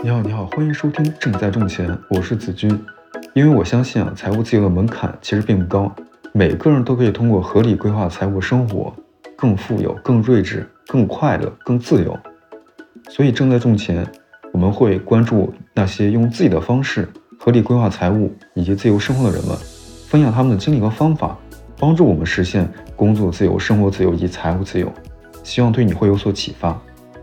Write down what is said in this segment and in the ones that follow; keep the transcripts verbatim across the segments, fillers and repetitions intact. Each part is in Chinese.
你好，你好，欢迎收听正在挣钱，我是子君。因为我相信啊，财务自由的门槛其实并不高，每个人都可以通过合理规划财务生活，更富有、更睿智、更快乐、更自由。所以正在挣钱，我们会关注那些用自己的方式合理规划财务以及自由生活的人们，分享他们的经历和方法，帮助我们实现工作自由、生活自由以及财务自由。希望对你会有所启发。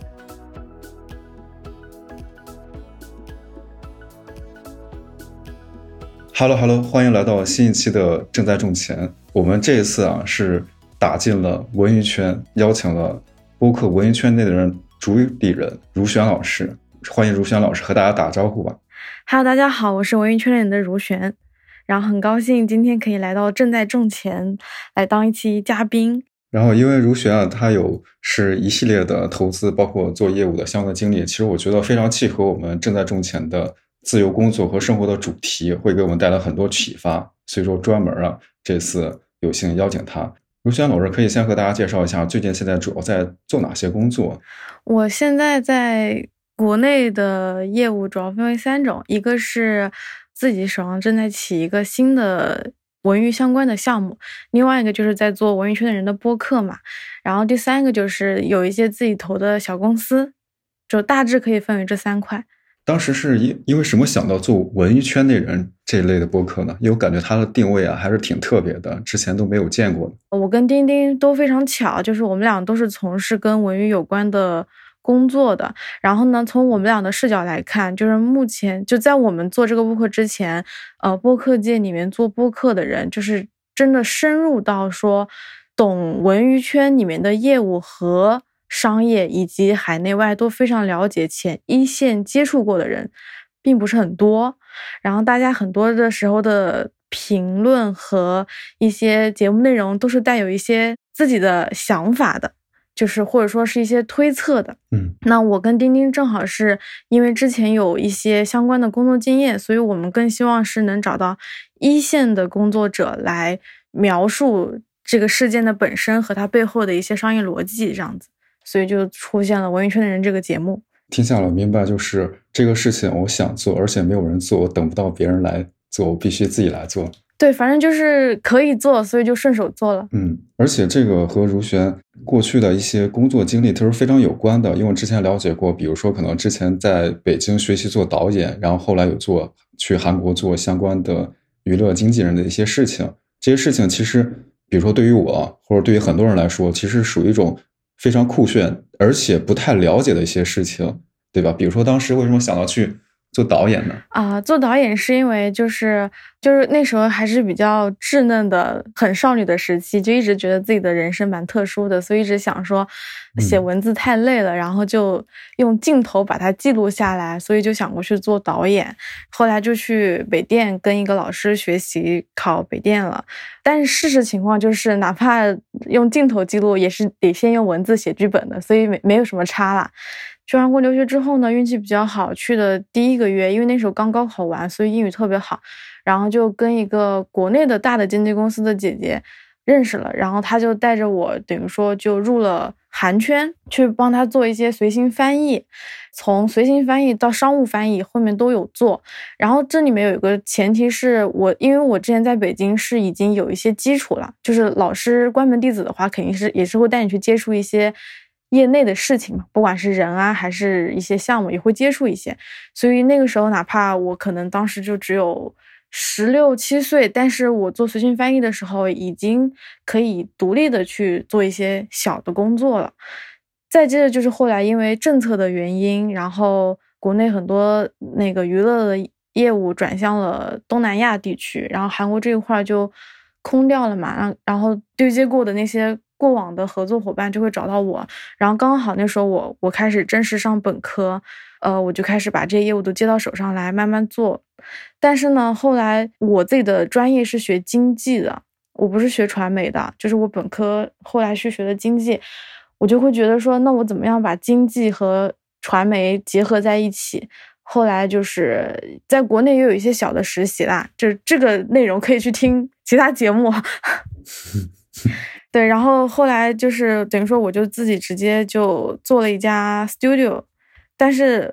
Hello Hello， 欢迎来到新一期的正在挣钱。我们这一次啊是打进了文娱圈，邀请了播客文娱圈内的人主理人如璇老师。欢迎如璇老师和大家打招呼吧。 Hello， 大家好，我是文娱圈内的如璇，然后很高兴今天可以来到正在挣钱来当一期嘉宾。 然后因为如璇啊，他有是一系列的投资，包括做业务的相关的经历，其实我觉得非常契合我们正在挣钱的自由工作和生活的主题，会给我们带来很多启发，所以说专门啊这次有幸邀请他。如璇老师可以先和大家介绍一下最近现在主要在做哪些工作。 我现在在国内的业务主要分为三种，一个是自己手上正在起一个新的文娱相关的项目，另外一个就是在做文娱圈的人的播客嘛，然后第三个就是有一些自己投的小公司，就大致可以分为这三块。 当时是因因为什么想到做文娱圈内人这一类的播客呢？因为我感觉它的定位啊还是挺特别的，之前都没有见过的。 我跟丁丁都非常巧，就是我们俩都是从事跟文娱有关的工作的。然后呢，从我们俩的视角来看，就是目前就在我们做这个播客之前，呃，播客界里面做播客的人，就是真的深入到说懂文娱圈里面的业务和商业以及海内外都非常了解且一线接触过的人并不是很多，然后大家很多的时候的评论和一些节目内容都是带有一些自己的想法的，就是或者说是一些推测的。 嗯， 那我跟丁丁正好是因为之前有一些相关的工作经验，所以我们更希望是能找到一线的工作者来描述这个事件的本身和它背后的一些商业逻辑这样子，所以就出现了文娱圈的人这个节目。 听下来明白，就是这个事情我想做，而且没有人做，我等不到别人来做，我必须自己来做。 对，反正就是可以做，所以就顺手做了。 嗯，而且这个和如璇过去的一些工作经历都是非常有关的，因为我之前了解过，比如说可能之前在北京学习做导演，然后后来有做去韩国做相关的娱乐经纪人的一些事情。这些事情其实比如说对于我或者对于很多人来说，其实属于一种非常酷炫而且不太了解的一些事情，对吧？比如说当时为什么想到去做导演呢？ 啊、呃，做导演是因为就是就是那时候还是比较稚嫩的很少女的时期，就一直觉得自己的人生蛮特殊的，所以一直想说写文字太累了、嗯、然后就用镜头把它记录下来，所以就想过去做导演。后来就去北电跟一个老师学习考北电了，但是事实情况就是哪怕用镜头记录也是得先用文字写剧本的，所以没没有什么差啦。去韩国留学之后呢，运气比较好，去的第一个月，因为那时候刚高考完，所以英语特别好，然后就跟一个国内的大的经纪公司的姐姐认识了，然后她就带着我，等于说就入了韩圈，去帮她做一些随行翻译，从随行翻译到商务翻译后面都有做。然后这里面有一个前提是我，因为我之前在北京是已经有一些基础了，就是老师关门弟子的话，肯定是也是会带你去接触一些业内的事情嘛，不管是人啊还是一些项目也会接触一些，所以那个时候哪怕我可能当时就只有十六七岁，但是我做随行翻译的时候已经可以独立的去做一些小的工作了。再接着就是后来因为政策的原因，然后国内很多那个娱乐的业务转向了东南亚地区，然后韩国这一块就空掉了嘛，然后对接过的那些过往的合作伙伴就会找到我，然后刚好那时候我我开始正式上本科，呃，我就开始把这些业务都接到手上来慢慢做。但是呢，后来我自己的专业是学经济的，我不是学传媒的，就是我本科后来去学的经济，我就会觉得说，那我怎么样把经济和传媒结合在一起？后来就是在国内也有一些小的实习啦，就这个内容可以去听其他节目。对，然后后来就是等于说我就自己直接就做了一家 studio， 但是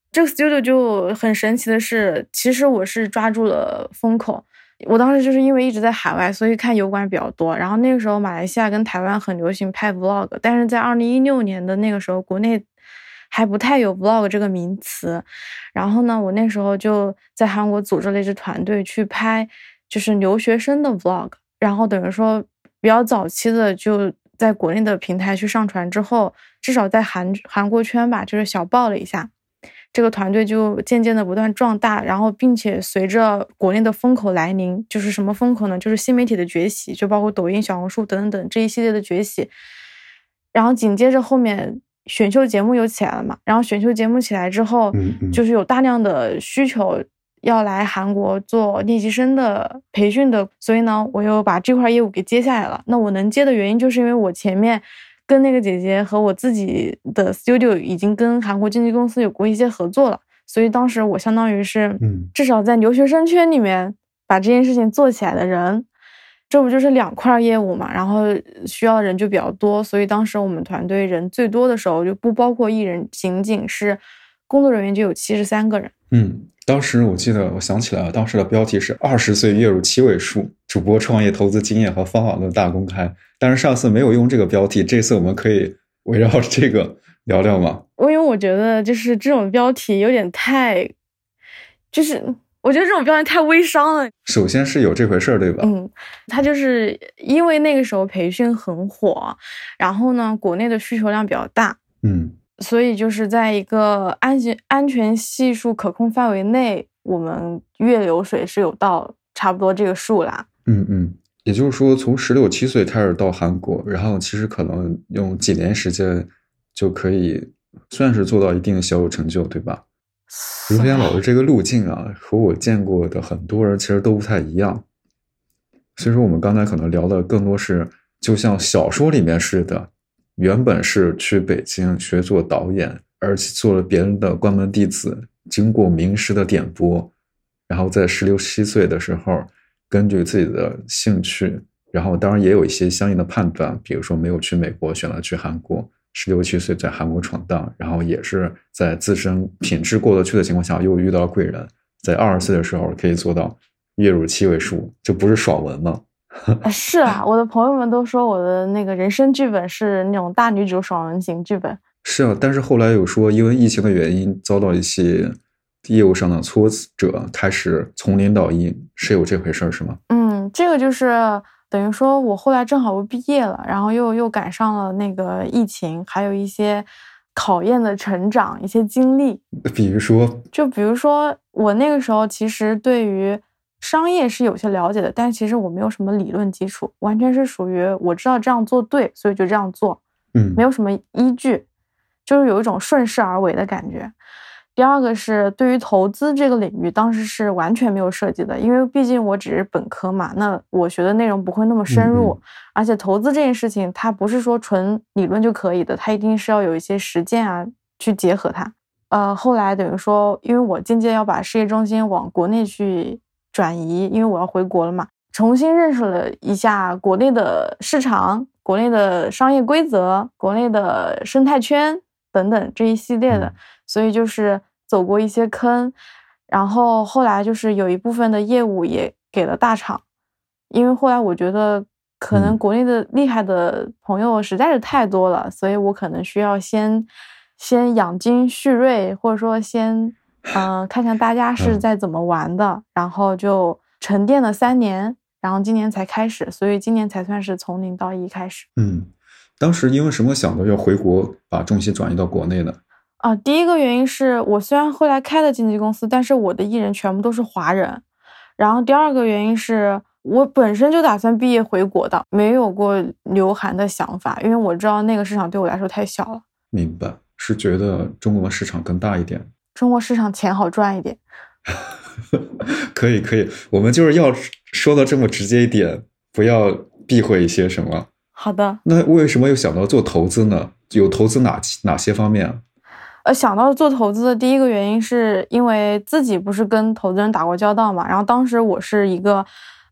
这个 studio 就很神奇的是，其实我是抓住了风口。我当时就是因为一直在海外，所以看油管比较多。然后那个时候马来西亚跟台湾很流行拍 vlog， 但是在二零一六年的那个时候，国内还不太有 vlog 这个名词。然后呢，我那时候就在韩国组织了一支团队去拍，就是留学生的 vlog。然后等于说比较早期的就在国内的平台去上传之后，至少在韩韩国圈吧，就是小爆了一下。这个团队就渐渐的不断壮大，然后并且随着国内的风口来临，就是什么风口呢？就是新媒体的崛起，就包括抖音、小红书等等等这一系列的崛起。然后紧接着后面选秀节目又起来了嘛，然后选秀节目起来之后， 嗯嗯就是有大量的需求要来韩国做练习生的培训的，所以呢，我又把这块业务给接下来了。那我能接的原因就是因为我前面跟那个姐姐和我自己的 studio 已经跟韩国经纪公司有过一些合作了，所以当时我相当于是至少在留学生圈里面把这件事情做起来的人，这不就是两块业务嘛，然后需要的人就比较多，所以当时我们团队人最多的时候就不包括艺人，仅仅是工作人员就有七十三个人。 嗯，当时我记得我想起来了，当时的标题是二十岁月入七位数，主播创业投资经验和方法论大公开。但是上次没有用这个标题，这次我们可以围绕这个聊聊吗？ 因为我觉得就是这种标题有点太，就是我觉得这种标题太微商了。 首先是有这回事儿，对吧？ 嗯，他就是因为那个时候培训很火，然后呢，国内的需求量比较大， 嗯， 所以就是在一个安全安全系数可控范围内，我们月流水是有到差不多这个数啦。 嗯嗯。也就是说，从十六七岁开始到韩国，然后其实可能用几年时间就可以算是做到一定的小有成就，对吧？如天老师这个路径啊，和我见过的很多人其实都不太一样。所以说，我们刚才可能聊的更多是，就像小说里面似的，原本是去北京学做导演，而且做了别人的关门弟子，经过名师的点拨，然后在十六七岁的时候，根据自己的兴趣，然后当然也有一些相应的判断，比如说没有去美国，选了去韩国，十六七岁在韩国闯荡，然后也是在自身品质过得去的情况下，又遇到贵人，在二十岁的时候可以做到月入七位数，这不是爽文吗？ 是啊，我的朋友们都说我的那个人生剧本是那种大女主爽文型剧本。 是啊，但是后来有说因为疫情的原因遭到一些业务上的挫折，开始从零到一，是有这回事是吗？ 嗯，这个就是等于说我后来正好又毕业了，然后又又赶上了那个疫情，还有一些考验的成长，一些经历。 比如说， 就比如说我那个时候其实对于商业是有些了解的，但其实我没有什么理论基础，完全是属于我知道这样做对，所以就这样做， 嗯， 没有什么依据，就是有一种顺势而为的感觉。第二个是对于投资这个领域，当时是完全没有涉及的，因为毕竟我只是本科嘛，那我学的内容不会那么深入， 嗯嗯而且投资这件事情它不是说纯理论就可以的，它一定是要有一些实践啊去结合它。呃，后来等于说，因为我渐渐要把事业重心往国内去转移，因为我要回国了嘛，重新认识了一下国内的市场、国内的商业规则、国内的生态圈等等这一系列的，所以就是走过一些坑，然后后来就是有一部分的业务也给了大厂，因为后来我觉得可能国内的厉害的朋友实在是太多了，所以我可能需要先先养精蓄锐，或者说先嗯、呃、看看大家是在怎么玩的，然后就沉淀了三年，然后今年才开始，所以今年才算是从零到一开始。 嗯，当时因为什么想到要回国，把重心转移到国内呢？ 啊，第一个原因是我虽然后来开了经纪公司，但是我的艺人全部都是华人。然后第二个原因是我本身就打算毕业回国的，没有过留韩的想法，因为我知道那个市场对我来说太小了。 明白，是觉得中国市场更大一点。 中国市场钱好赚一点。 可以可以，我们就是要说的这么直接一点，不要避讳一些什么。 好的。 那为什么又想到做投资呢？有投资哪哪些方面啊？ 呃，想到做投资的第一个原因是因为自己不是跟投资人打过交道嘛，然后当时我是一个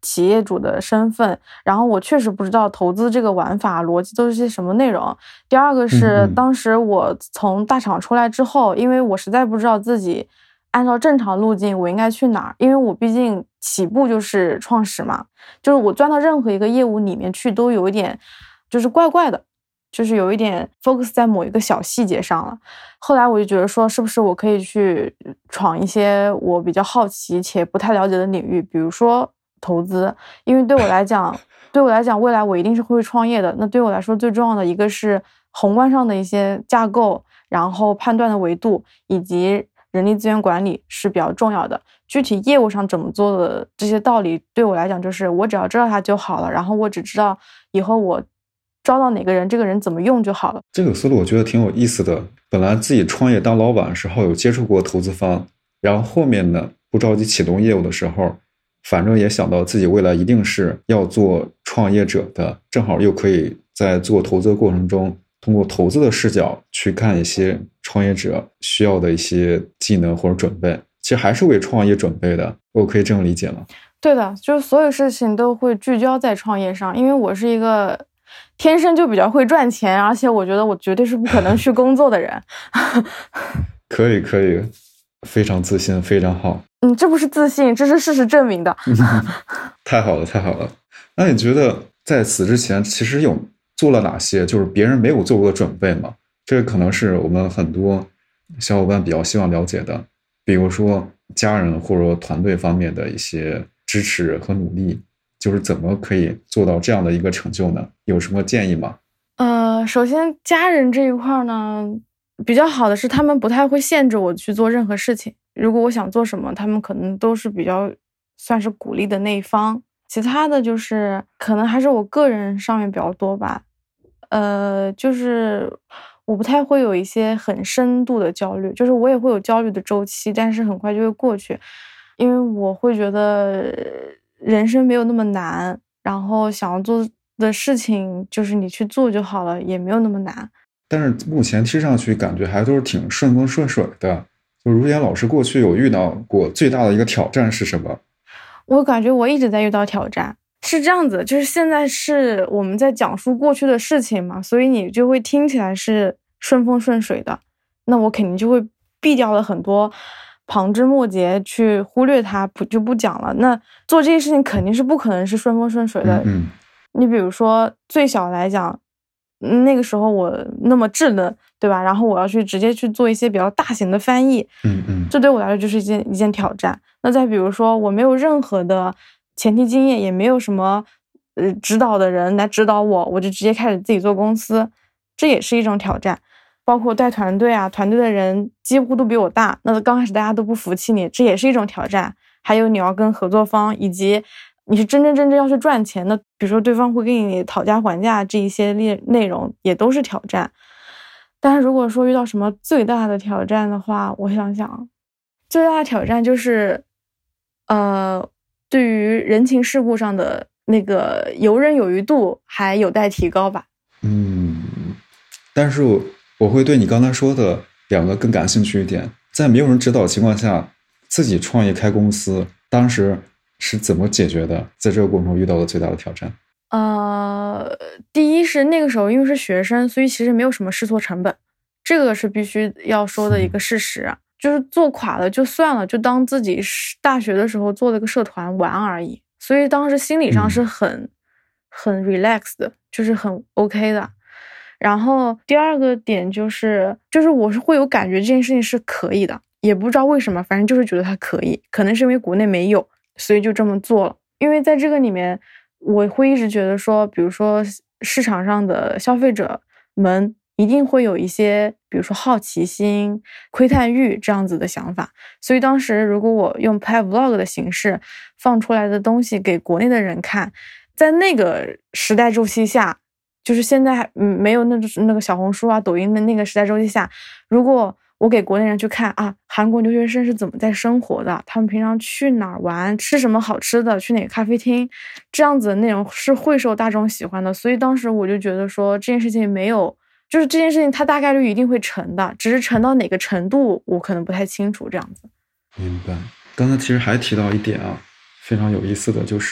企业主的身份，然后我确实不知道投资这个玩法逻辑都是些什么内容。第二个是当时我从大厂出来之后，因为我实在不知道自己按照正常路径我应该去哪儿，因为我毕竟起步就是创始嘛，就是我钻到任何一个业务里面去都有一点就是怪怪的，就是有一点 focus 在某一个小细节上了。后来我就觉得说，是不是我可以去闯一些我比较好奇且不太了解的领域，比如说投资。因为对我来讲对我来讲未来我一定是会创业的，那对我来说最重要的一个是宏观上的一些架构，然后判断的维度以及人力资源管理是比较重要的。具体业务上怎么做的这些道理对我来讲就是我只要知道它就好了，然后我只知道以后我招到哪个人，这个人怎么用就好了。 这个思路我觉得挺有意思的。本来自己创业当老板的时候有接触过投资方，然后后面呢不着急启动业务的时候，反正也想到自己未来一定是要做创业者的，正好又可以在做投资的过程中通过投资的视角去看一些创业者需要的一些技能或者准备，其实还是为创业准备的，我可以这样理解吗？ 对的，就是所有事情都会聚焦在创业上，因为我是一个天生就比较会赚钱，而且我觉得我绝对是不可能去工作的人。 可以可以，非常自信，非常好。 嗯，这不是自信，这是事实证明的。 太好了太好了。那你觉得在此之前其实有做了哪些就是别人没有做过的准备吗？这个可能是我们很多小伙伴比较希望了解的，比如说家人或者说团队方面的一些支持和努力，就是怎么可以做到这样的一个成就呢？有什么建议吗？ 呃，首先家人这一块呢，比较好的是他们不太会限制我去做任何事情，如果我想做什么，他们可能都是比较算是鼓励的那一方。其他的就是可能还是我个人上面比较多吧，呃，就是我不太会有一些很深度的焦虑，就是我也会有焦虑的周期，但是很快就会过去，因为我会觉得人生没有那么难，然后想要做的事情就是你去做就好了，也没有那么难。 但是目前听上去感觉还都是挺顺风顺水的。就如烟老师过去有遇到过最大的一个挑战是什么？ 我感觉我一直在遇到挑战。是这样子，就是现在是我们在讲述过去的事情嘛，所以你就会听起来是顺风顺水的，那我肯定就会避掉了很多旁枝末节，去忽略它，不就不讲了。那做这些事情肯定是不可能是顺风顺水的。 嗯嗯， 你比如说最小来讲，那个时候我那么稚嫩，对吧？然后我要去直接去做一些比较大型的翻译， 嗯嗯， 这对我来说就是一件一件挑战。那再比如说我没有任何的前提经验，也没有什么呃指导的人来指导我，我就直接开始自己做公司，这也是一种挑战。包括带团队啊，团队的人几乎都比我大，那刚开始大家都不服气你，这也是一种挑战。还有你要跟合作方，以及你是真真正正要去赚钱的，比如说对方会跟你讨价还价，这一些内内容也都是挑战。但是如果说遇到什么最大的挑战的话，我想想，最大的挑战就是呃对于人情世故上的那个游刃有余度还有待提高吧。 嗯，但是我我会对你刚才说的两个更感兴趣一点。在没有人指导的情况下自己创业开公司，当时是怎么解决的？在这个过程中遇到的最大的挑战？ 呃，第一是那个时候因为是学生，所以其实没有什么试错成本，这个是必须要说的一个事实。就是做垮了就算了，就当自己大学的时候做了个社团玩而已，所以当时心理上是很、嗯、很 relax 的，就是很 OK 的。然后第二个点就是就是我是会有感觉这件事情是可以的，也不知道为什么，反正就是觉得它可以，可能是因为国内没有，所以就这么做了。因为在这个里面我会一直觉得说，比如说市场上的消费者们一定会有一些比如说好奇心、窥探欲这样子的想法，所以当时如果我用拍 vlog 的形式放出来的东西给国内的人看，在那个时代周期下，就是现在还没有那那个小红书啊、抖音的那个时代周期下，如果我给国内人去看啊，韩国留学生是怎么在生活的，他们平常去哪儿玩，吃什么好吃的，去哪个咖啡厅，这样子的内容是会受大众喜欢的。所以当时我就觉得说这件事情没有，就是这件事情它大概率一定会成的，只是成到哪个程度我可能不太清楚这样子。 明白。刚才其实还提到一点啊，非常有意思的就是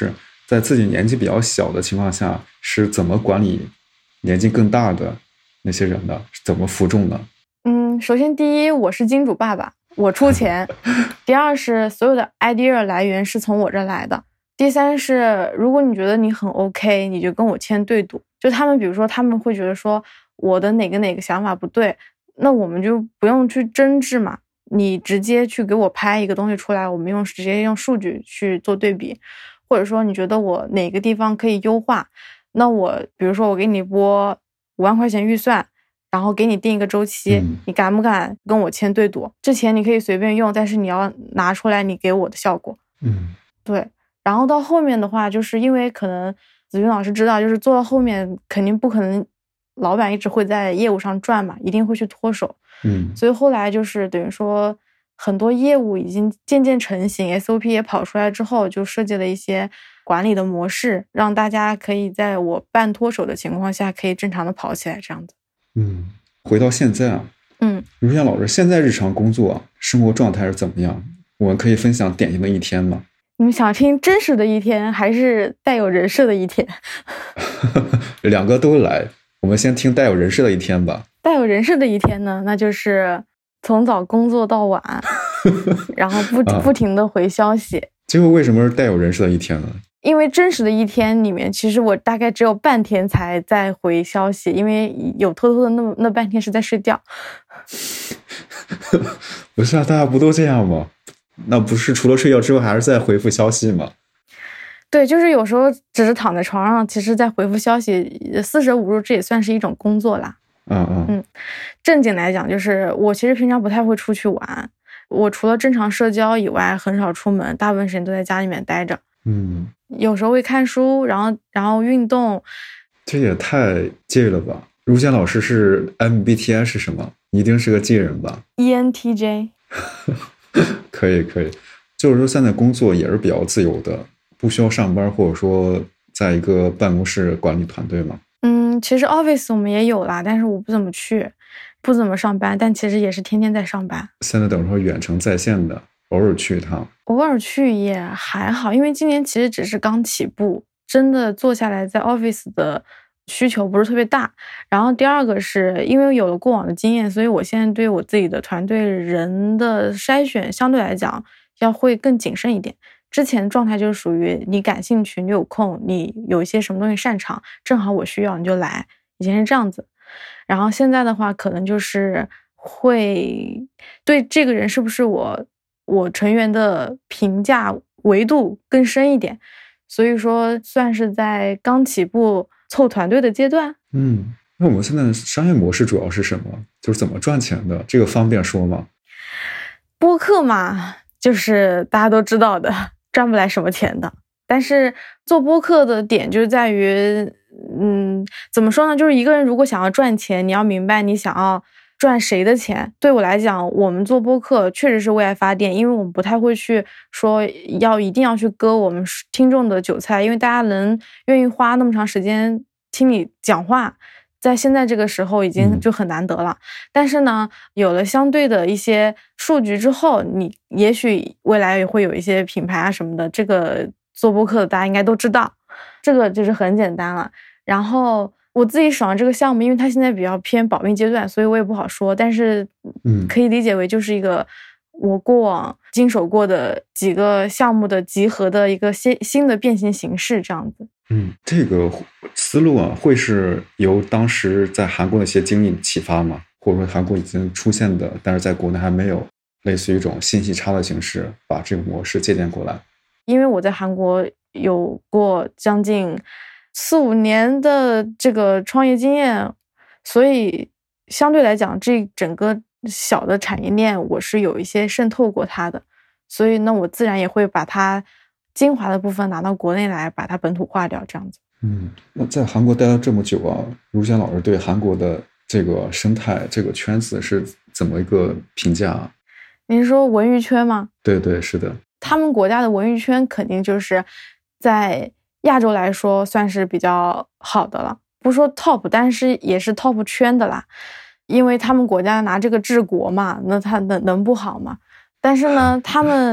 在自己年纪比较小的情况下，是怎么管理年纪更大的那些人的？怎么服众呢？ 嗯，首先第一，我是金主爸爸，我出钱。第二是所有的 idea 来源是从我这来的。第三是，如果你觉得你很 OK， 你就跟我签对赌。就他们比如说他们会觉得说我的哪个哪个想法不对，那我们就不用去争执嘛，你直接去给我拍一个东西出来，我们用直接用数据去做对比。或者说你觉得我哪个地方可以优化，那我比如说我给你拨五万块钱预算，然后给你定一个周期、嗯、你敢不敢跟我签对赌？这钱你可以随便用，但是你要拿出来你给我的效果。 嗯， 对。然后到后面的话，就是因为可能子君老师知道，就是做到后面肯定不可能老板一直会在业务上转嘛，一定会去脱手。 嗯， 所以后来就是等于说很多业务已经渐渐成型 S O P 也跑出来之后，就设计了一些管理的模式，让大家可以在我半脱手的情况下可以正常的跑起来这样子。 嗯，回到现在啊， 嗯， 如香老师现在日常工作生活状态是怎么样？我们可以分享典型的一天吗？ 你们想听真实的一天还是带有人设的一天？ 两个都来，我们先听带有人设的一天吧。 带有人设的一天呢，那就是从早工作到晚然后不不停的回消息、啊、 结果为什么是带有人设的一天呢？ 因为真实的一天里面，其实我大概只有半天才在回消息，因为有偷偷的那那半天是在睡觉。 不是啊，大家不都这样吗？那不是除了睡觉之后还是在回复消息吗？ 对，就是有时候只是躺在床上，其实在回复消息，四舍五入这也算是一种工作啦。 嗯嗯嗯，正经来讲，就是我其实平常不太会出去玩，我除了正常社交以外，很少出门，大部分时间都在家里面待着。 嗯， 有时候会看书，然后然后运动。 这也太介了吧！如香老师是 M B T I 是什么？你一定是个介人吧 ？E N T J。 可以可以，就是说现在工作也是比较自由的，不需要上班，或者说在一个办公室管理团队吗？ 嗯，其实 office 我们也有啦，但是我不怎么去，不怎么上班，但其实也是天天在上班。 现在等于说远程在线的，偶尔去一趟。 偶尔去也还好，因为今年其实只是刚起步，真的坐下来在 office 的需求不是特别大。然后第二个是因为有了过往的经验，所以我现在对我自己的团队人的筛选相对来讲要会更谨慎一点。之前的状态就是属于你感兴趣，你有空，你有一些什么东西擅长，正好我需要你就来，以前是这样子。然后现在的话可能就是会对这个人是不是我我成员的评价维度更深一点，所以说算是在刚起步凑团队的阶段。 嗯，那我们现在商业模式主要是什么？就是怎么赚钱的？这个方便说吗？ 播客嘛，就是大家都知道的，赚不来什么钱的。但是做播客的点就在于，嗯，怎么说呢？就是一个人如果想要赚钱，你要明白你想要赚谁的钱。对我来讲，我们做播客确实是为爱发电，因为我们不太会去说要一定要去割我们听众的韭菜，因为大家能愿意花那么长时间听你讲话，在现在这个时候已经就很难得了。嗯、但是呢，有了相对的一些数据之后，你也许未来也会有一些品牌啊什么的，这个做播客的大家应该都知道，这个就是很简单了。然后我自己手上这个项目，因为它现在比较偏保密阶段，所以我也不好说，但是可以理解为就是一个我过往经手过的几个项目的集合的一个新新的变形形式这样子。 嗯，这个思路啊，会是由当时在韩国的一些经历启发吗？或者说韩国已经出现的，但是在国内还没有，类似于一种信息差的形式，把这个模式借鉴过来？ 因为我在韩国有过将近四五年的这个创业经验，所以相对来讲，这整个小的产业链我是有一些渗透过它的，所以呢，我自然也会把它精华的部分拿到国内来，把它本土化掉，这样子。 嗯，那在韩国待了这么久啊，如香老师对韩国的这个生态、这个圈子是怎么一个评价啊？ 您说文娱圈吗？ 对对，是的。 他们国家的文娱圈肯定就是在亚洲来说算是比较好的了，不说 top， 但是也是 top 圈的啦。因为他们国家拿这个治国嘛，那他能能不好吗？但是呢，他们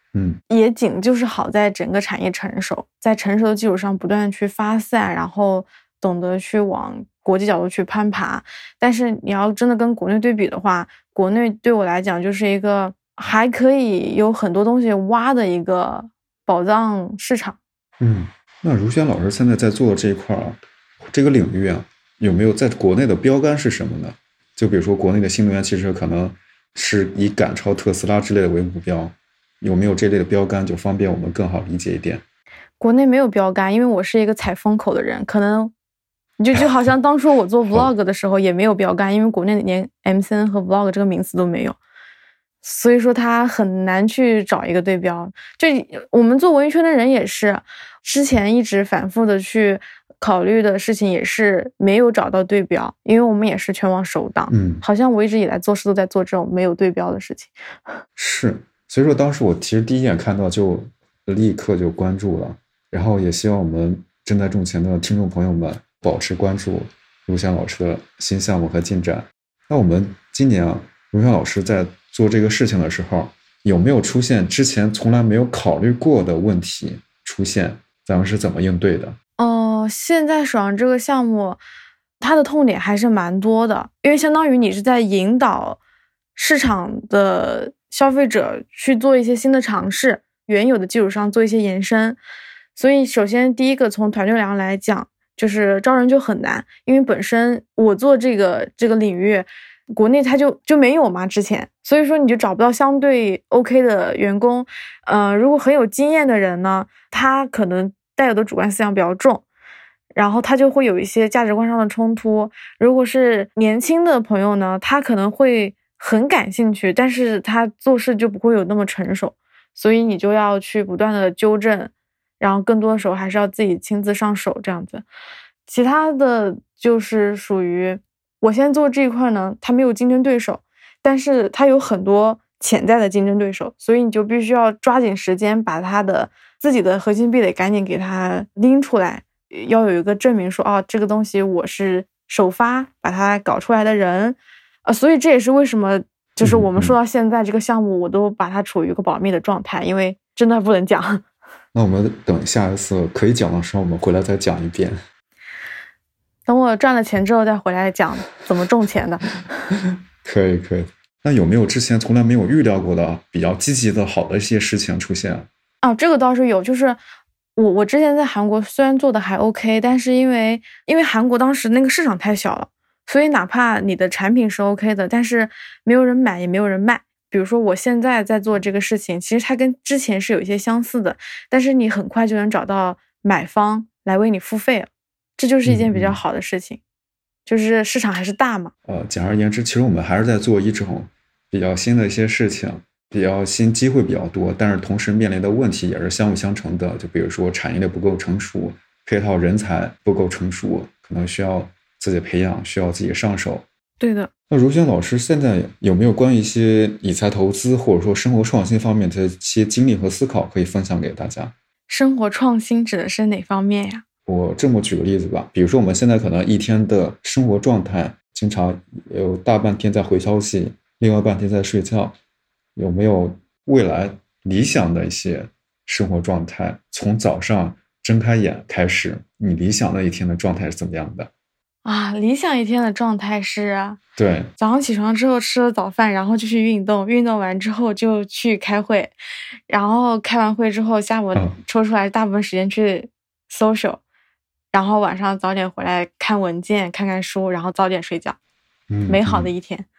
嗯， 也仅就是好在整个产业成熟，在成熟的基础上不断去发散，然后懂得去往国际角度去攀爬。但是你要真的跟国内对比的话，国内对我来讲就是一个还可以有很多东西挖的一个宝藏市场。 嗯，那如轩老师现在在做的这一块啊，这个领域啊，有没有在国内的标杆是什么呢？就比如说国内的新能源汽车可能是以赶超特斯拉之类的为目标，有没有这类的标杆，就方便我们更好理解一点？ 国内没有标杆，因为我是一个踩风口的人，可能就就好像当初我做 vlog 的时候也没有标杆，因为国内连 M C N 和 vlog 这个名词都没有，所以说它很难去找一个对标。就我们做文娱圈的人也是，之前一直反复的去考虑的事情也是没有找到对标，因为我们也是全网首档， 嗯， 好像我一直以来做事都在做这种没有对标的事情。 是，所以说当时我其实第一眼看到就立刻就关注了，然后也希望我们正在种钱的听众朋友们保持关注如轩老师的新项目和进展。那我们今年啊，如轩老师在做这个事情的时候，有没有出现之前从来没有考虑过的问题出现？咱们是怎么应对的？ 哦、呃，现在手上这个项目，它的痛点还是蛮多的，因为相当于你是在引导市场的消费者去做一些新的尝试，原有的基础上做一些延伸。所以首先第一个从团队量来讲，就是招人就很难，因为本身我做这个这个领域，国内它就就没有嘛之前，所以说你就找不到相对 OK 的员工。呃，如果很有经验的人呢，他可能带有的主观思想比较重，然后他就会有一些价值观上的冲突。如果是年轻的朋友呢，他可能会很感兴趣，但是他做事就不会有那么成熟，所以你就要去不断的纠正，然后更多的时候还是要自己亲自上手这样子。其他的就是属于我现在做这一块呢，它没有竞争对手，但是它有很多潜在的竞争对手，所以你就必须要抓紧时间把它的自己的核心壁垒赶紧给它拎出来，要有一个证明说，哦，这个东西我是首发把它搞出来的人。呃，所以这也是为什么就是我们说到现在这个项目我都把它处于一个保密的状态，因为真的不能讲。 那我们等下一次可以讲的时候，我们回来再讲一遍。 等我赚了钱之后再回来讲怎么种钱的。 可以可以。那有没有之前从来没有预料过的比较积极的好的一些事情出现？ 啊，这个倒是有，就是我我之前在韩国虽然做的还 OK， 但是因为因为韩国当时那个市场太小了，所以哪怕你的产品是 OK 的，但是没有人买也没有人卖。比如说我现在在做这个事情，其实它跟之前是有一些相似的，但是你很快就能找到买方来为你付费了，这就是一件比较好的事情。嗯嗯，就是市场还是大嘛。 呃，简而言之，其实我们还是在做一种比较新的一些事情，比较新，机会比较多，但是同时面临的问题也是相辅相成的。就比如说产业链不够成熟，配套人才不够成熟，可能需要自己培养，需要自己上手。 对的。 那如轩老师现在有没有关于一些理财投资或者说生活创新方面的一些经历和思考可以分享给大家？ 生活创新指的是哪方面呀？ 我这么举个例子吧，比如说我们现在可能一天的生活状态经常有大半天在回消息，另外半天在睡觉，有没有未来理想的一些生活状态？从早上睁开眼开始，你理想的一天的状态是怎么样的？ 啊，理想一天的状态是， 对， 早上起床之后吃了早饭，然后就去运动，运动完之后就去开会，然后开完会之后下午抽出来大部分时间去 social，嗯，然后晚上早点回来看文件，看看书，然后早点睡觉。嗯，美好的一天。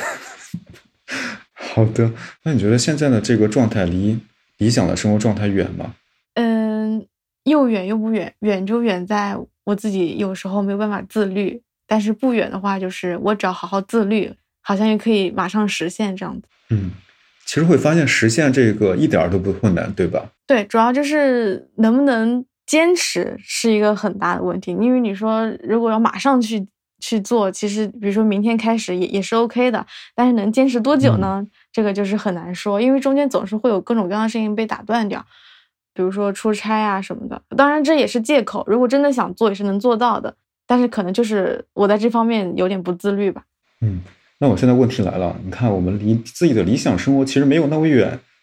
好的，那你觉得现在的这个状态离理想的生活状态远吗？ 嗯，又远又不远，远就远在我自己有时候没有办法自律，但是不远的话就是我只要好好自律，好像也可以马上实现这样子。 嗯，其实会发现实现这个一点都不困难，对吧？ 对，主要就是能不能坚持是一个很大的问题，因为你说如果要马上去去做，其实比如说明天开始也也是 OK 的，但是能坚持多久呢？嗯，这个就是很难说，因为中间总是会有各种各样的事情被打断掉，比如说出差啊什么的。当然这也是借口，如果真的想做也是能做到的，但是可能就是我在这方面有点不自律吧。 嗯，那我现在问题来了，你看我们离自己的理想生活其实没有那么远，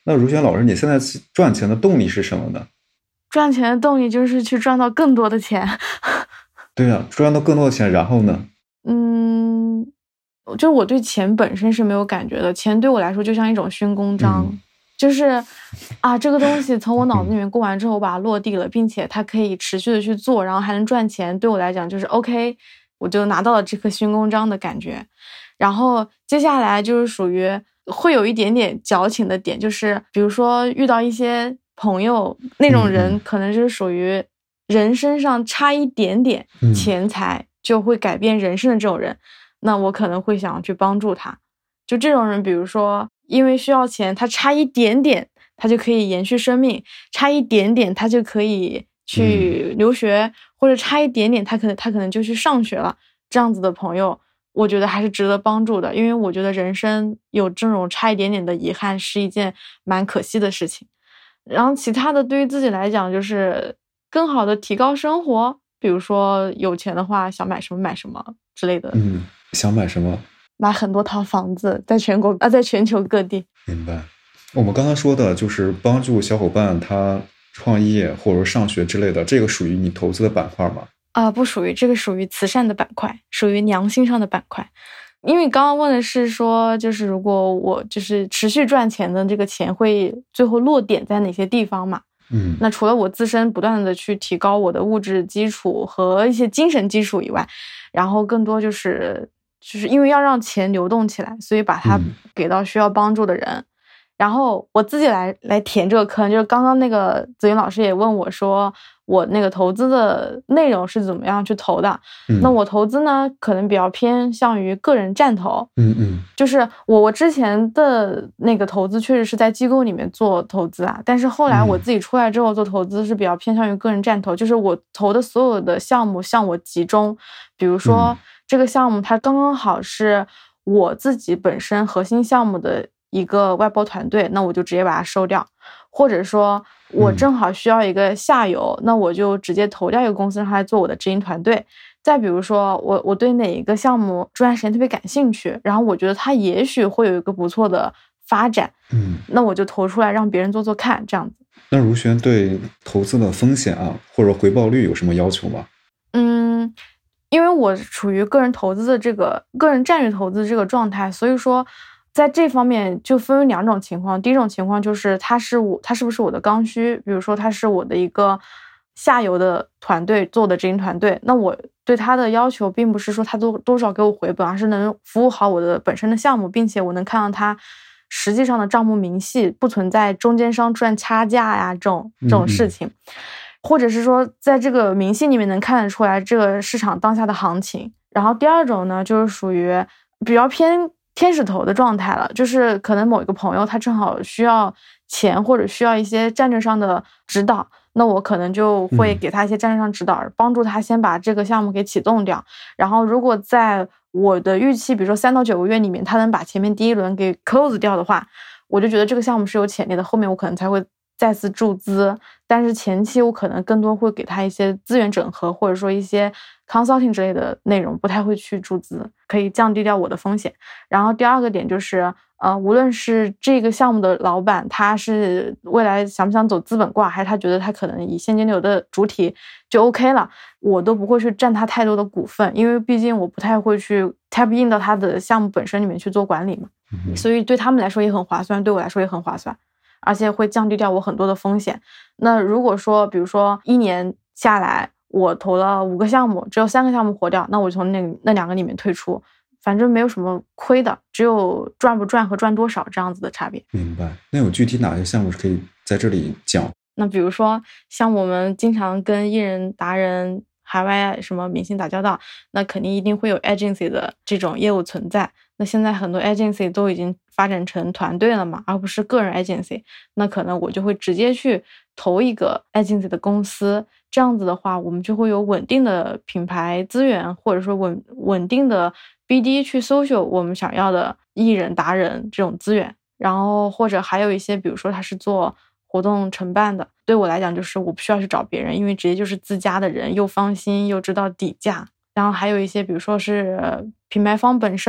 那如萱老师，你现在赚钱的动力是什么呢？ 赚钱的动力就是去赚到更多的钱。 对啊，赚到更多的钱，然后呢？ 嗯，就是我对钱本身是没有感觉的，钱对我来说就像一种勋功章。嗯，就是啊，这个东西从我脑子里面过完之后，我把它落地了，并且它可以持续的去做，然后还能赚钱，对我来讲就是 OK， 我就拿到了这颗勋功章的感觉。然后接下来就是属于会有一点点矫情的点，就是比如说遇到一些朋友那种人，可能是属于人身上差一点点钱财就会改变人生的这种人，那我可能会想去帮助他。就这种人，比如说因为需要钱，他差一点点他就可以延续生命，差一点点他就可以去留学，嗯、或者差一点点他可能他可能就去上学了，这样子的朋友我觉得还是值得帮助的。因为我觉得人生有这种差一点点的遗憾是一件蛮可惜的事情。然后其他的对于自己来讲就是更好的提高生活，比如说有钱的话想买什么买什么之类的。 嗯，想买什么？ 买很多套房子，在全国啊，在全球各地。 明白。我们刚才说的就是帮助小伙伴他创业或者上学之类的，这个属于你投资的板块吗？ 啊、呃，不属于，这个属于慈善的板块，属于良心上的板块。因为刚刚问的是说，就是如果我就是持续赚钱的这个钱会最后落点在哪些地方嘛？ 嗯， 那除了我自身不断的去提高我的物质基础和一些精神基础以外，然后更多就是就是因为要让钱流动起来，所以把它给到需要帮助的人。嗯，然后我自己来来填这个坑，就是刚刚那个子云老师也问我说，我那个投资的内容是怎么样去投的？嗯、那我投资呢，可能比较偏向于个人战投。 嗯嗯， 就是我我之前的那个投资确实是在机构里面做投资啊，但是后来我自己出来之后做投资是比较偏向于个人战投，嗯、就是我投的所有的项目向我集中，比如说、嗯、这个项目它刚刚好是我自己本身核心项目的一个外包团队，那我就直接把它收掉，或者说我正好需要一个下游，嗯、那我就直接投掉一个公司让他来做我的执行团队。再比如说我我对哪一个项目这段时间特别感兴趣，然后我觉得它也许会有一个不错的发展， 嗯， 那我就投出来让别人做做看，这样子。 那如萱对投资的风险啊或者回报率有什么要求吗？ 嗯，因为我处于个人投资的这个个人战略投资这个状态，所以说在这方面就分为两种情况。第一种情况就是它是我它是不是我的刚需，比如说它是我的一个下游的团队做的执行团队，那我对他的要求并不是说他多多少给我回本，而是能服务好我的本身的项目，并且我能看到他实际上的账目明细，不存在中间商赚差价呀这种这种事情，嗯嗯，或者是说在这个明细里面能看得出来这个市场当下的行情。然后第二种呢，就是属于比较偏天使投的状态了，就是可能某一个朋友他正好需要钱或者需要一些战略上的指导，那我可能就会给他一些战略上指导，嗯、帮助他先把这个项目给启动掉。然后如果在我的预期比如说三到九个月里面他能把前面第一轮给 close 掉的话，我就觉得这个项目是有潜力的，后面我可能才会再次注资。但是前期我可能更多会给他一些资源整合，或者说一些 consulting 之类的内容，不太会去注资，可以降低掉我的风险。然后第二个点就是呃，无论是这个项目的老板他是未来想不想走资本挂，还是他觉得他可能以现金流的主体就 OK 了，我都不会去占他太多的股份，因为毕竟我不太会去 tap in 到他的项目本身里面去做管理嘛，嗯、所以对他们来说也很划算，对我来说也很划算，而且会降低掉我很多的风险。那如果说比如说一年下来我投了五个项目，只有三个项目活掉，那我从那那两个里面退出，反正没有什么亏的，只有赚不赚和赚多少这样子的差别。 明白。那有具体哪些项目是可以在这里讲？ 那比如说像我们经常跟艺人达人海外什么明星打交道，那肯定一定会有 agency 的这种业务存在。那现在很多 agency 都已经发展成团队了嘛，而不是个人 agency， 那可能我就会直接去投一个 agency 的公司，这样子的话我们就会有稳定的品牌资源，或者说稳稳定的 B D 去搜索我们想要的艺人达人这种资源。然后或者还有一些比如说他是做活动承办的，对我来讲就是我不需要去找别人，因为直接就是自家的人，又放心又知道底价。然后还有一些比如说是品牌方本身，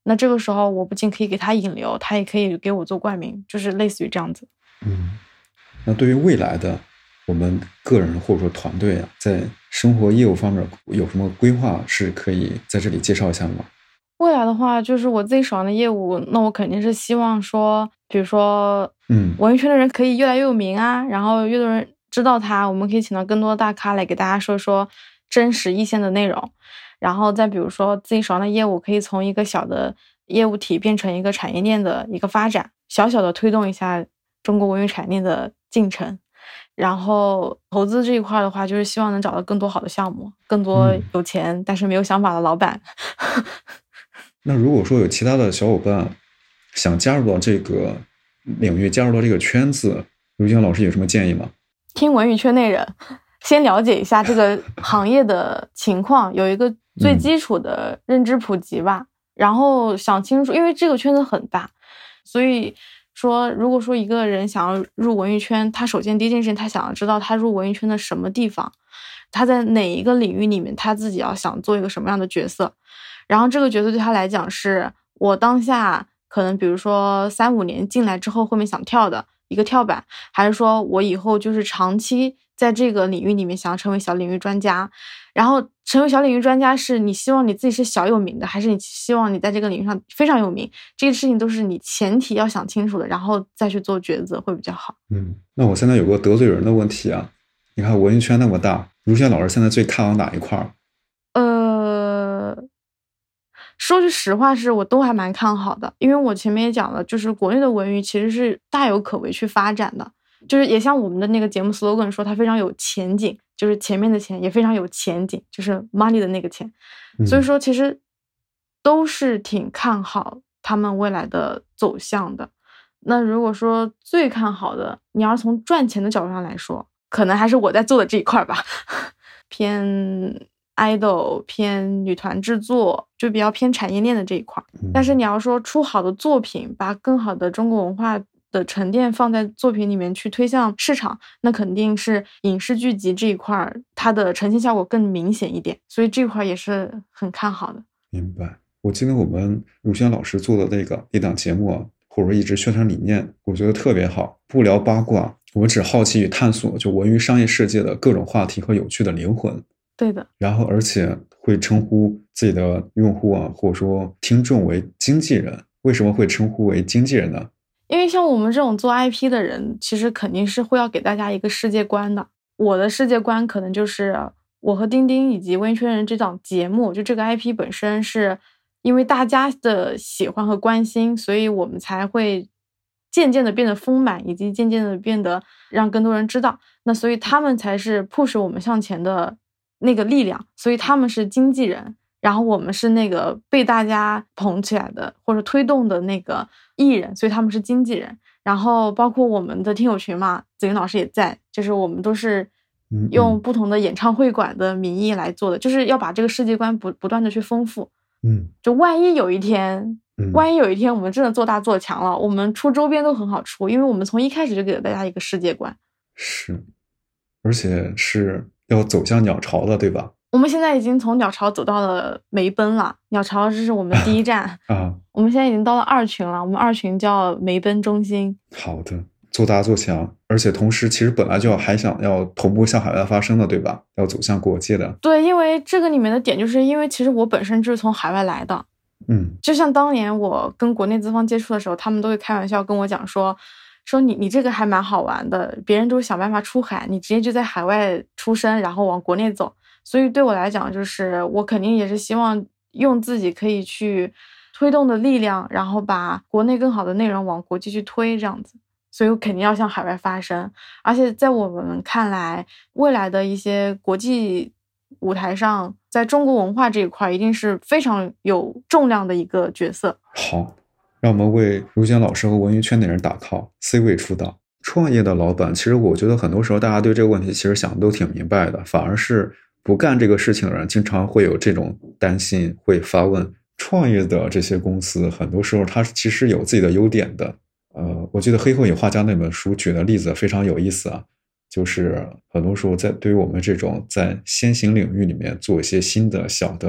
那这个时候我不仅可以给他引流，他也可以给我做冠名，就是类似于这样子。 嗯，那对于未来的我们个人或者说团队啊，在生活业务方面有什么规划是可以在这里介绍一下吗？ 未来的话，就是我自己手上的业务，那我肯定是希望说，比如说， 嗯， 文娱圈的人可以越来越有名啊，然后越多人知道他，我们可以请到更多的大咖来给大家说说真实一线的内容。然后再比如说自己手上的业务可以从一个小的业务体变成一个产业链的一个发展，小小的推动一下中国文娱产业链的进程。然后投资这一块的话，就是希望能找到更多好的项目，更多有钱、嗯、但是没有想法的老板。 那如果说有其他的小伙伴想加入到这个领域，加入到这个圈子，如晶老师有什么建议吗？ 听文娱圈内人先了解一下这个行业的情况，有一个最基础的认知普及吧、嗯、然后想清楚，因为这个圈子很大，所以说如果说一个人想要入文娱圈，他首先第一件事情他想要知道他入文娱圈的什么地方，他在哪一个领域里面他自己要想做一个什么样的角色，然后这个角色对他来讲是我当下可能比如说三五年进来之后后面想跳的一个跳板，还是说我以后就是长期在这个领域里面想要成为小领域专家。然后成为小领域专家是你希望你自己是小有名的，还是你希望你在这个领域上非常有名，这个事情都是你前提要想清楚的，然后再去做抉择会比较好。 嗯，那我现在有个得罪人的问题啊，你看文娱圈那么大，如轩老师现在最看好哪一块？ 呃说句实话是我都还蛮看好的，因为我前面也讲了，就是国内的文娱其实是大有可为去发展的，就是也像我们的那个节目 slogan 说它非常有前景，就是前面的钱也非常有前景，就是 money 的那个钱、嗯、所以说其实都是挺看好他们未来的走向的。那如果说最看好的，你要是从赚钱的角度上来说，可能还是我在做的这一块吧，偏idol 偏女团制作，就比较偏产业链的这一块、嗯、但是你要说出好的作品，把更好的中国文化的沉淀放在作品里面去推向市场，那肯定是影视剧集这一块它的呈现效果更明显一点，所以这块也是很看好的。 明白。我记得我们如轩老师做的那个一档节目啊，或者说一直宣传理念，我觉得特别好，不聊八卦，我们只好奇与探索就文娱商业世界的各种话题和有趣的灵魂。 对的， 然后而且会称呼自己的用户啊，或者说听众为经纪人。为什么会称呼为经纪人呢？ 因为像我们这种做 I P 的人，其实肯定是会要给大家一个世界观的。我的世界观可能就是我和丁丁以及文娱圈人这档节目，就这个 I P 本身是因为大家的喜欢和关心，所以我们才会渐渐的变得丰满，以及渐渐的变得让更多人知道。那所以他们才是 push 我们向前的那个力量，所以他们是经纪人，然后我们是那个被大家捧起来的或者推动的那个艺人，所以他们是经纪人。然后包括我们的听友群嘛，子云老师也在，就是我们都是用不同的演唱会馆的名义来做的，就是要把这个世界观不不断的去丰富。 嗯， 就万一有一天、嗯、万一有一天我们真的做大做强了，我们出周边都很好出，因为我们从一开始就给了大家一个世界观。 是，而且是要走向鸟巢的，对吧？ 我们现在已经从鸟巢走到了梅奔了，鸟巢这是我们的第一站啊。 我们现在已经到了二群了，我们二群叫梅奔中心。 好的，做大做强，而且同时其实本来就要还想要同步向海外发声的，对吧？要走向国际的。 对，因为这个里面的点就是因为其实我本身就是从海外来的。 嗯， 就像当年我跟国内资方接触的时候，他们都会开玩笑跟我讲说说你你这个还蛮好玩的，别人都想办法出海，你直接就在海外出生，然后往国内走。所以对我来讲，就是我肯定也是希望用自己可以去推动的力量，然后把国内更好的内容往国际去推，这样子。所以我肯定要向海外发声，而且在我们看来，未来的一些国际舞台上，在中国文化这一块一定是非常有重量的一个角色。 好，让我们为如轩老师和文娱圈的人打 call， C 位出道。创业的老板，其实我觉得很多时候大家对这个问题其实想的都挺明白的，反而是不干这个事情的人经常会有这种担心，会发问。创业的这些公司很多时候它其实有自己的优点的。呃，我记得黑后野画家那本书举的例子非常有意思啊，就是很多时候在对于我们这种在先行领域里面做一些新的小的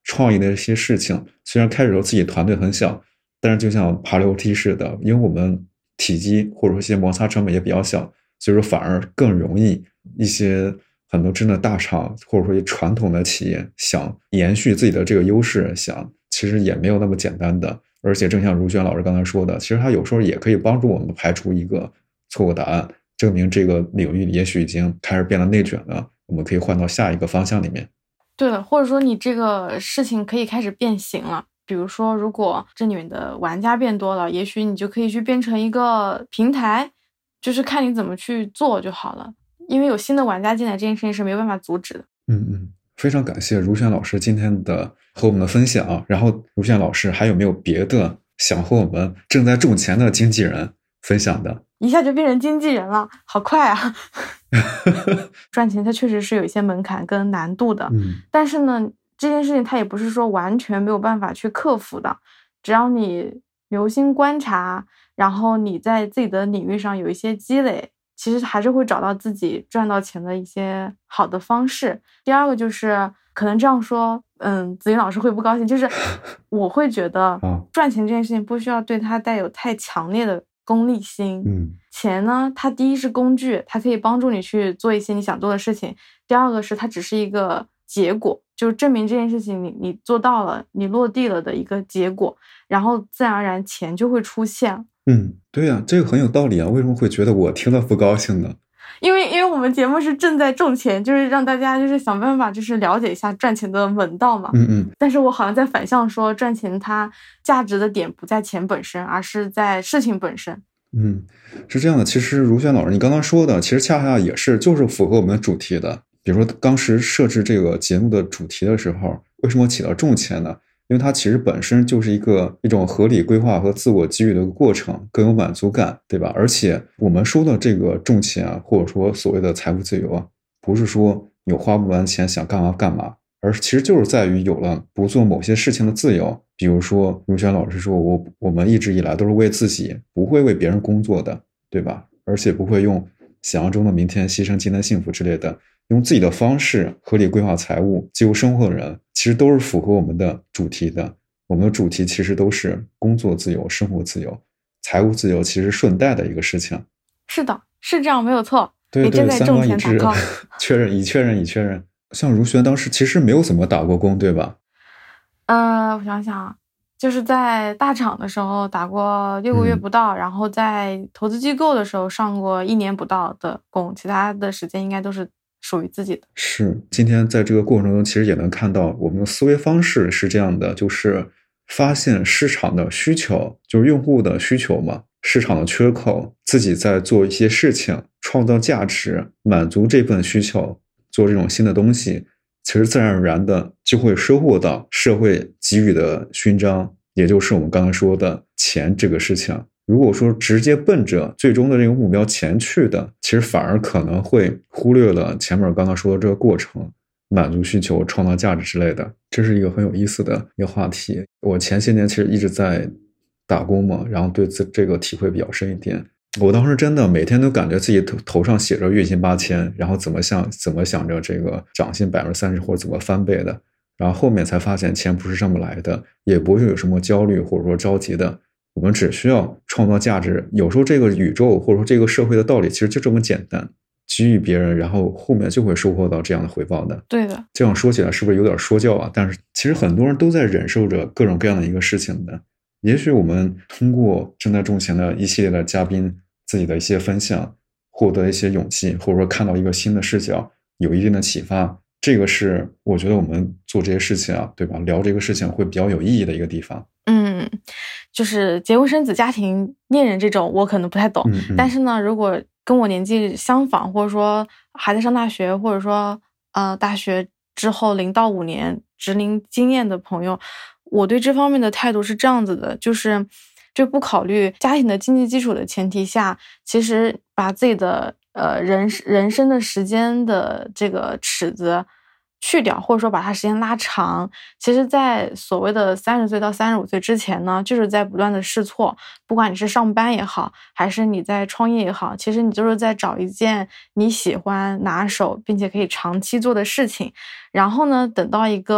创意的一些事情，虽然开始时候自己团队很小，但是就像爬楼梯似的，因为我们体积或者说一些摩擦成本也比较小，所以说反而更容易一些很多真的大厂或者说传统的企业想延续自己的这个优势，想其实也没有那么简单的。而且正像如轩老师刚才说的，其实他有时候也可以帮助我们排除一个错误答案，证明这个领域也许已经开始变得内卷了，我们可以换到下一个方向里面。 对了，或者说你这个事情可以开始变形了，比如说如果这里面的玩家变多了，也许你就可以去变成一个平台，就是看你怎么去做就好了，因为有新的玩家进来，这件事情是没有办法阻止的。 嗯嗯，非常感谢如轩老师今天的和我们的分享。然后如轩老师还有没有别的想和我们正在种钱的经纪人分享的？ 一下就变成经纪人了，好快啊！赚钱它确实是有一些门槛跟难度的， 嗯， 但是呢，这件事情它也不是说完全没有办法去克服的，只要你留心观察，然后你在自己的领域上有一些积累，其实还是会找到自己赚到钱的一些好的方式。第二个就是可能这样说，嗯，子云老师会不高兴，就是我会觉得赚钱这件事情不需要对它带有太强烈的功利心。 嗯， 钱呢，它第一是工具，它可以帮助你去做一些你想做的事情。第二个是它只是一个结果，就是证明这件事情你你做到了，你落地了的一个结果，然后自然而然钱就会出现。 嗯，对呀、啊，这个很有道理啊。为什么会觉得我听了不高兴呢？ 因为因为我们节目是正在种钱，就是让大家就是想办法就是了解一下赚钱的门道嘛。 嗯嗯。 但是我好像在反向说，赚钱它价值的点不在钱本身，而是在事情本身。 嗯，是这样的。其实如轩老师你刚刚说的，其实恰恰也是就是符合我们的主题的。比如说当时设置这个节目的主题的时候，为什么起到种钱呢？因为它其实本身就是一个一种合理规划和自我给予的一个过程，更有满足感，对吧？而且我们说的这个种钱啊，或者说所谓的财务自由啊，不是说有花不完钱想干嘛干嘛，而其实就是在于有了不做某些事情的自由。比如说如轩老师说，我我们一直以来都是为自己，不会为别人工作的，对吧？而且不会用想象中的明天牺牲今天幸福之类的，用自己的方式合理规划财务自由生活的人，其实都是符合我们的主题的。我们的主题其实都是工作自由、生活自由，财务自由其实顺带的一个事情。 是的，是这样，没有错。 对对， 三观一致， 确认已确认已确认。像如轩当时其实没有怎么打过工，对吧？ 呃，我想想，就是在大厂的时候打过六个月不到，嗯、然后在投资机构的时候上过一年不到的工，其他的时间应该都是属于自己的。 是，今天在这个过程中其实也能看到我们的思维方式是这样的，就是发现市场的需求，就是用户的需求嘛，市场的缺口，自己在做一些事情，创造价值，满足这份需求，做这种新的东西，其实自然而然的就会收获到社会给予的勋章，也就是我们刚才说的钱这个事情。如果说直接奔着最终的这个目标钱去的，其实反而可能会忽略了前面刚刚说的这个过程，满足需求、创造价值之类的。这是一个很有意思的一个话题。我前些年其实一直在打工嘛，然后对这个体会比较深一点。我当时真的每天都感觉自己头头上写着月薪八千，然后怎么想怎么想着这个涨薪百分之三十或者怎么翻倍的，然后后面才发现钱不是这么来的，也不会有什么焦虑或者说着急的。我们只需要创造价值，有时候这个宇宙或者说这个社会的道理其实就这么简单，给予别人，然后后面就会收获到这样的回报的。 对的， 这样说起来是不是有点说教啊？但是其实很多人都在忍受着各种各样的一个事情的。也许我们通过正在种钱的一系列的嘉宾自己的一些分享，获得一些勇气，或者说看到一个新的视角，有一定的启发。这个是我觉得我们做这些事情啊，对吧？聊这个事情会比较有意义的一个地方。 嗯，就是结婚生子、家庭恋人这种，我可能不太懂。 嗯嗯、 但是呢，如果跟我年纪相仿，或者说还在上大学，或者说呃大学之后零到五年职龄经验的朋友，我对这方面的态度是这样子的，就是就不考虑家庭的经济基础的前提下，其实把自己的呃人人生的时间的这个尺子去掉，或者说把它时间拉长。其实在所谓的三十岁到三十五岁之前呢，就是在不断的试错，不管你是上班也好，还是你在创业也好，其实你就是在找一件你喜欢拿手并且可以长期做的事情。然后呢，等到一个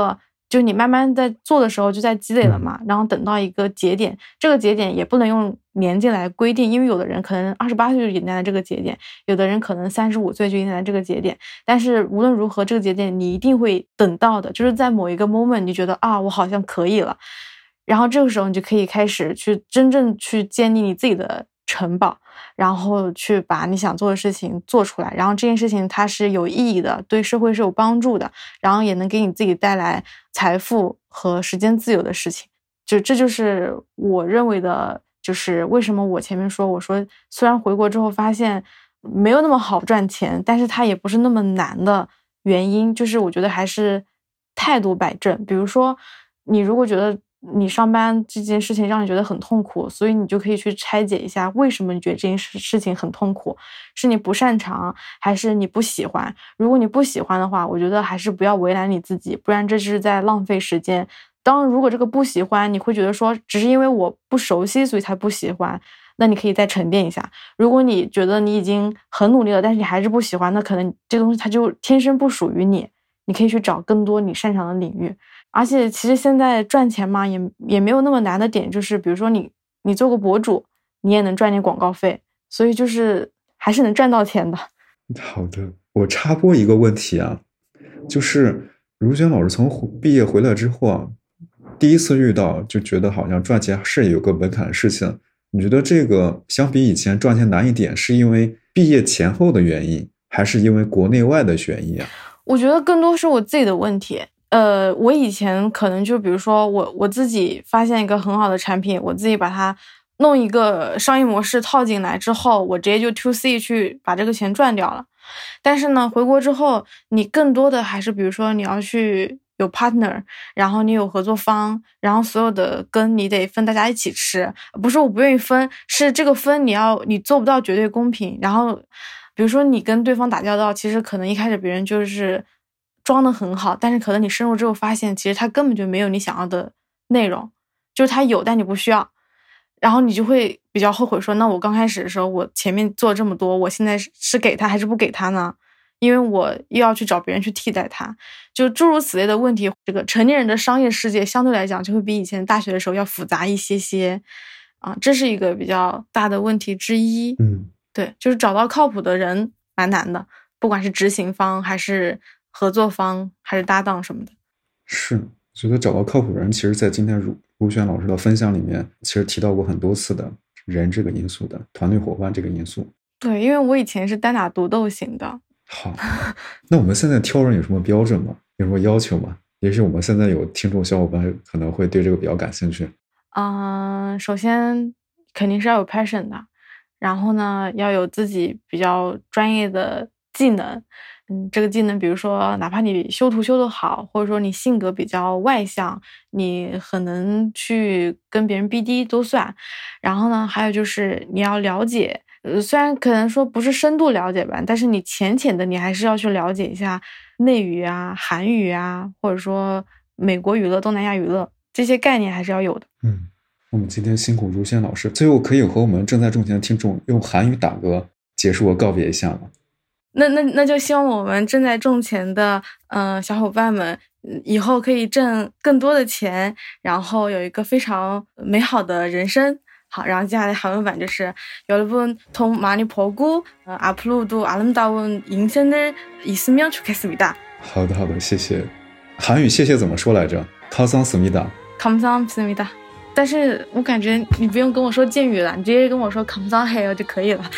就你慢慢在做的时候就在积累了嘛，然后等到一个节点，这个节点也不能用年纪来规定，因为有的人可能二十八岁就迎来了这个节点，有的人可能三十五岁就迎来了这个节点，但是无论如何这个节点你一定会等到的，就是在某一个 moment 你觉得啊我好像可以了，然后这个时候你就可以开始去真正去建立你自己的城堡，然后去把你想做的事情做出来，然后这件事情它是有意义的，对社会是有帮助的，然后也能给你自己带来财富和时间自由的事情。就这就是我认为的，就是为什么我前面说我说虽然回国之后发现没有那么好赚钱，但是它也不是那么难的原因，就是我觉得还是态度摆正。比如说你如果觉得你上班这件事情让你觉得很痛苦，所以你就可以去拆解一下为什么你觉得这件事情很痛苦，是你不擅长还是你不喜欢。如果你不喜欢的话，我觉得还是不要为难你自己，不然这是在浪费时间。当然如果这个不喜欢你会觉得说只是因为我不熟悉所以才不喜欢，那你可以再沉淀一下。如果你觉得你已经很努力了但是你还是不喜欢，那可能这个东西它就天生不属于你，你可以去找更多你擅长的领域。而且其实现在赚钱嘛也也没有那么难的点，就是比如说你你做个博主你也能赚点广告费，所以就是还是能赚到钱的。 好的，我插播一个问题啊，就是如娟老师从毕业回来之后啊，第一次遇到就觉得好像赚钱是有个门槛的事情，你觉得这个相比以前赚钱难一点是因为毕业前后的原因还是因为国内外的原因啊？ 我觉得更多是我自己的问题。呃，我以前可能就比如说我我自己发现一个很好的产品，我自己把它弄一个商业模式套进来之后，我直接就 to C 去把这个钱赚掉了。但是呢回国之后你更多的还是比如说你要去有 partner， 然后你有合作方，然后所有的羹你得分大家一起吃，不是我不愿意分，是这个分你要你做不到绝对公平。然后比如说你跟对方打交道，其实可能一开始别人就是装得很好，但是可能你深入之后发现其实他根本就没有你想要的内容，就是他有但你不需要，然后你就会比较后悔说那我刚开始的时候我前面做这么多，我现在是给他还是不给他呢？因为我又要去找别人去替代他，就诸如此类的问题。这个成年人的商业世界相对来讲就会比以前大学的时候要复杂一些些啊，这是一个比较大的问题之一。 嗯， 对，就是找到靠谱的人蛮难的，不管是执行方还是合作方还是搭档什么的。 是，觉得找到靠谱人其实在今天如如轩老师的分享里面其实提到过很多次的人这个因素的，团队伙伴这个因素。 对，因为我以前是单打独斗型的。 好，那我们现在挑人有什么标准吗？有什么要求吗？也许我们现在有听众小伙伴可能会对这个比较感兴趣。 嗯、呃，首先肯定是要有 passion 的，然后呢要有自己比较专业的技能。嗯，这个技能比如说哪怕你修图修得好，或者说你性格比较外向，你很能去跟别人 B D 都算。然后呢还有就是你要了解，呃，虽然可能说不是深度了解吧，但是你浅浅的你还是要去了解一下内语啊、韩语啊，或者说美国娱乐、东南亚娱乐，这些概念还是要有的。 嗯，我们今天辛苦如仙老师，最后可以和我们正在种田的听众用韩语打个结束和告别一下吗？ 那那那就希望我们正在种钱的呃小伙伴们以后可以挣更多的钱，然后有一个非常美好的人生。好，然后接下来韩文版就是여러분 돈 많이 벌고 앞으로도 아름다운 인생을 있으면 좋겠습니다。 好的好的，谢谢。韩语谢谢怎么说来着？감사합니다。 감사합니다。但是我感觉你不用跟我说敬语了，你直接跟我说감사해요就可以了。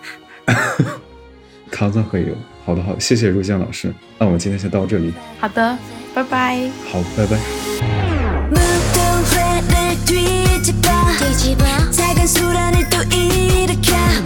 감사해요。好的好的，谢谢如仙老师。那我们今天先到这里。 好的，拜拜。 好，拜拜。 뒤집어 작은 소란을 또 일으켜